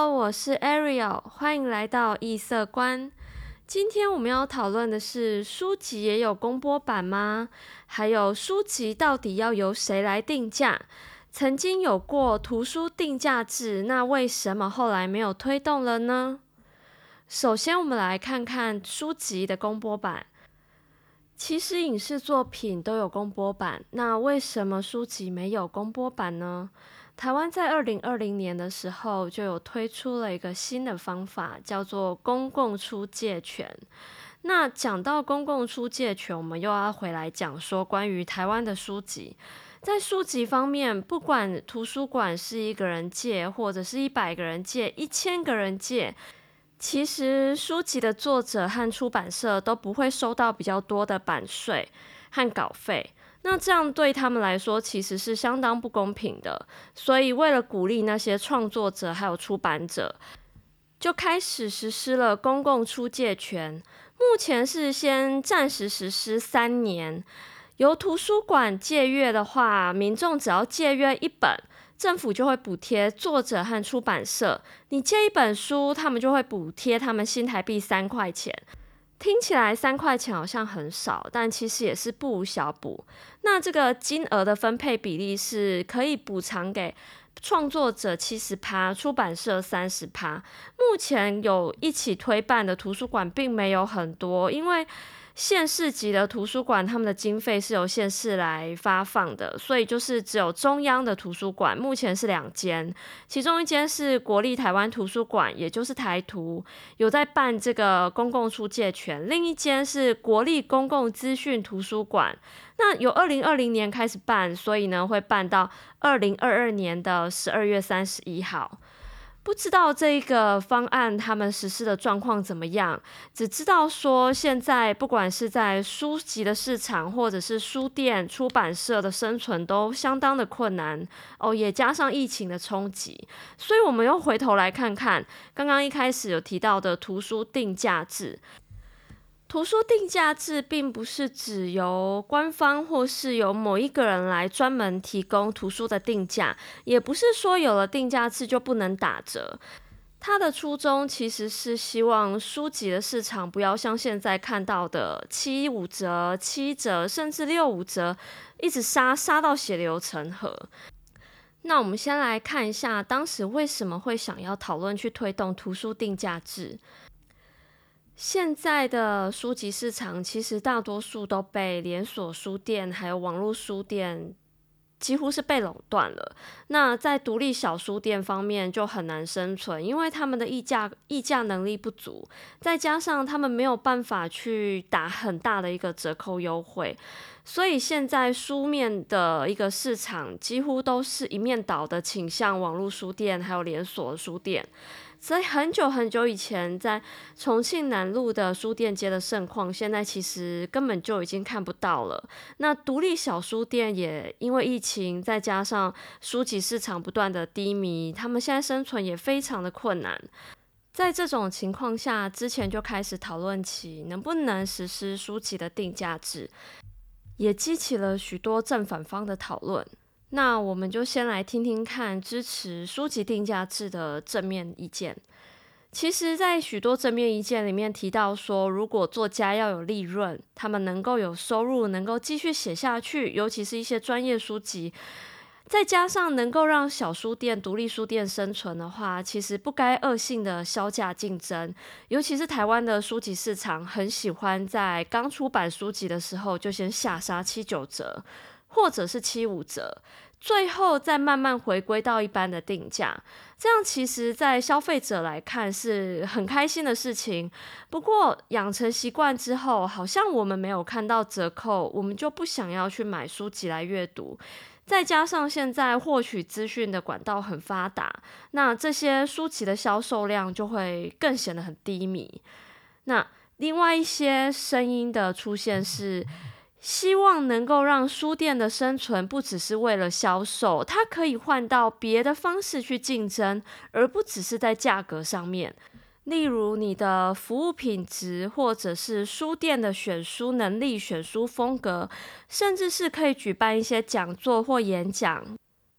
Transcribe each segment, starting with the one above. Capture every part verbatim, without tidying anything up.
Hello，我是 Ariel，欢迎来到异色观。今天我们要讨论的是书籍也有公播版吗？还有书籍到底要由谁来定价？曾经有过图书定价制，那为什么后来没有推动了呢？首先，我们来看看书籍的公播版。其实影视作品都有公播版，那为什么书籍没有公播版呢？台湾在二零二零年的时候就有推出了一个新的方法，叫做公共出借权。那讲到公共出借权，我们又要回来讲说关于台湾的书籍。在书籍方面，不管图书馆是一个人借，或者是一百个人借、一千个人借，其实书籍的作者和出版社都不会收到比较多的版税和稿费。那这样对他们来说其实是相当不公平的，所以为了鼓励那些创作者还有出版者，就开始实施了公共出借权。目前是先暂时实施三年，由图书馆借阅的话，民众只要借阅一本，政府就会补贴作者和出版社。你借一本书，他们就会补贴他们新台币三块钱。听起来三块钱好像很少，但其实也是不无小补。那这个金额的分配比例是可以补偿给创作者七十趴，出版社三十趴。目前有一起推办的图书馆并没有很多，因为县市级的图书馆，他们的经费是由县市来发放的，所以就是只有中央的图书馆，目前是两间，其中一间是国立台湾图书馆，也就是台图，有在办这个公共出借权；另一间是国立公共资讯图书馆，那由二零二零年开始办，所以呢会办到二零二二年的十二月三十一号。不知道这个方案他们实施的状况怎么样，只知道说现在不管是在书籍的市场，或者是书店、出版社的生存都相当的困难哦，也加上疫情的冲击，所以我们又回头来看看刚刚一开始有提到的图书定价制。图书定价制并不是指由官方或是由某一个人来专门提供图书的定价，也不是说有了定价制就不能打折。它的初衷其实是希望书籍的市场不要像现在看到的七五折、七折，甚至六五折，一直杀杀到血流成河。那我们先来看一下当时为什么会想要讨论去推动图书定价制。现在的书籍市场其实大多数都被连锁书店还有网络书店几乎是被垄断了。那在独立小书店方面就很难生存，因为他们的议价议价能力不足，再加上他们没有办法去打很大的一个折扣优惠，所以现在书面的一个市场几乎都是一面倒的倾向网络书店还有连锁书店。所以很久很久以前在重庆南路的书店街的盛况，现在其实根本就已经看不到了。那独立小书店也因为疫情，再加上书籍市场不断的低迷，他们现在生存也非常的困难。在这种情况下，之前就开始讨论起能不能实施书籍的定价制，也激起了许多正反方的讨论。那我们就先来听听看支持书籍定价制的正面意见。其实在许多正面意见里面提到说，如果作家要有利润，他们能够有收入，能够继续写下去，尤其是一些专业书籍，再加上能够让小书店、独立书店生存的话，其实不该恶性的销价竞争。尤其是台湾的书籍市场很喜欢在刚出版书籍的时候就先下杀七九折或者是七五折，最后再慢慢回归到一般的定价。这样其实在消费者来看是很开心的事情，不过养成习惯之后，好像我们没有看到折扣，我们就不想要去买书籍来阅读。再加上现在获取资讯的管道很发达，那这些书籍的销售量就会更显得很低迷。那另外一些声音的出现是希望能够让书店的生存不只是为了销售，它可以换到别的方式去竞争，而不只是在价格上面。例如你的服务品质，或者是书店的选书能力、选书风格，甚至是可以举办一些讲座或演讲，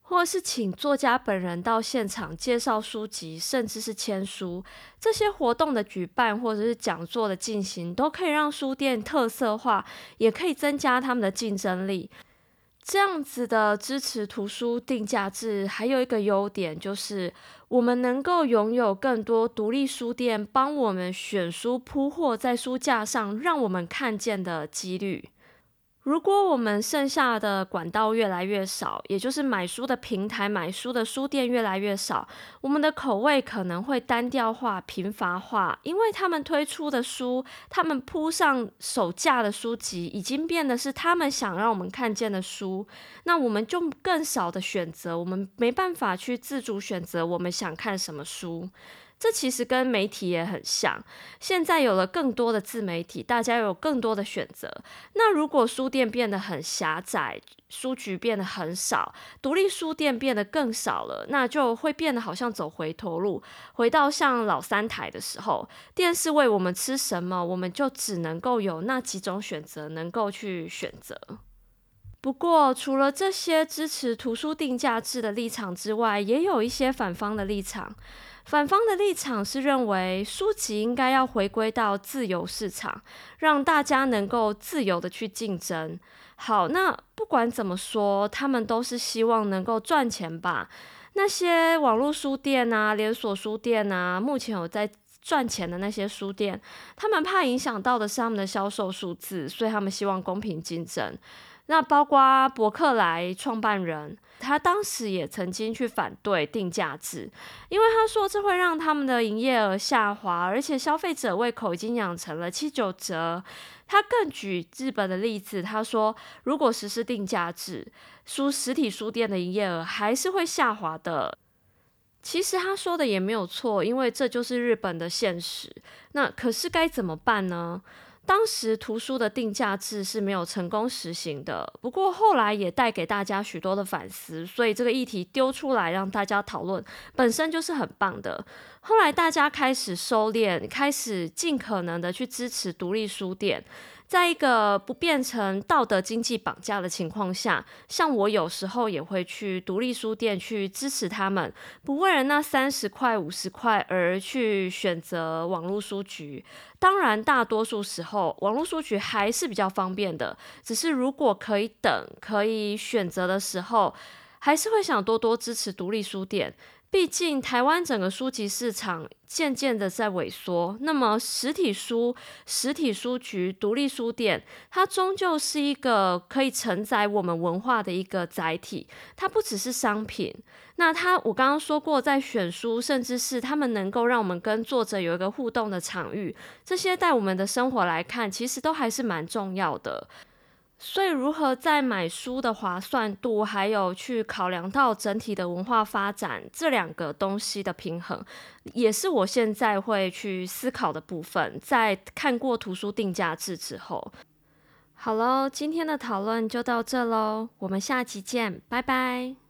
或者是请作家本人到现场介绍书籍，甚至是签书。这些活动的举办或者是讲座的进行，都可以让书店特色化，也可以增加他们的竞争力。这样子的支持图书定价制，还有一个优点就是，我们能够拥有更多独立书店帮我们选书铺货在书架上，让我们看见的几率。如果我们剩下的管道越来越少，也就是买书的平台、买书的书店越来越少，我们的口味可能会单调化、贫乏化，因为他们推出的书，他们铺上手架的书籍，已经变得是他们想让我们看见的书，那我们就更少的选择，我们没办法去自主选择我们想看什么书。这其实跟媒体也很像，现在有了更多的自媒体，大家有更多的选择。那如果书店变得很狭窄，书局变得很少，独立书店变得更少了，那就会变得好像走回头路，回到像老三台的时候，电视喂我们吃什么，我们就只能够有那几种选择能够去选择。不过，除了这些支持图书定价制的立场之外，也有一些反方的立场。反方的立场是认为书籍应该要回归到自由市场，让大家能够自由的去竞争。好，那不管怎么说，他们都是希望能够赚钱吧。那些网络书店啊、连锁书店啊，目前有在赚钱的那些书店，他们怕影响到的是他们的销售数字，所以他们希望公平竞争。那包括博客来创办人，他当时也曾经去反对定价制，因为他说这会让他们的营业额下滑，而且消费者胃口已经养成了七九折。他更举日本的例子，他说如果实施定价制，书实体书店的营业额还是会下滑的。其实他说的也没有错，因为这就是日本的现实。那可是该怎么办呢？当时图书的定价制是没有成功实行的，不过后来也带给大家许多的反思，所以这个议题丢出来让大家讨论，本身就是很棒的。后来大家开始收敛，开始尽可能的去支持独立书店，在一个不变成道德经济绑架的情况下，像我有时候也会去独立书店去支持他们，不为了那三十块、五十块而去选择网络书局。当然，大多数时候网络书局还是比较方便的，只是如果可以等、可以选择的时候，还是会想多多支持独立书店。毕竟台湾整个书籍市场渐渐的在萎缩，那么实体书、实体书局、独立书店，它终究是一个可以承载我们文化的一个载体，它不只是商品。那它我刚刚说过，在选书，甚至是他们能够让我们跟作者有一个互动的场域，这些在我们的生活来看，其实都还是蛮重要的。所以，如何在买书的划算度，还有去考量到整体的文化发展这两个东西的平衡，也是我现在会去思考的部分。在看过图书定价制之后，好喽，今天的讨论就到这喽，我们下期见，拜拜。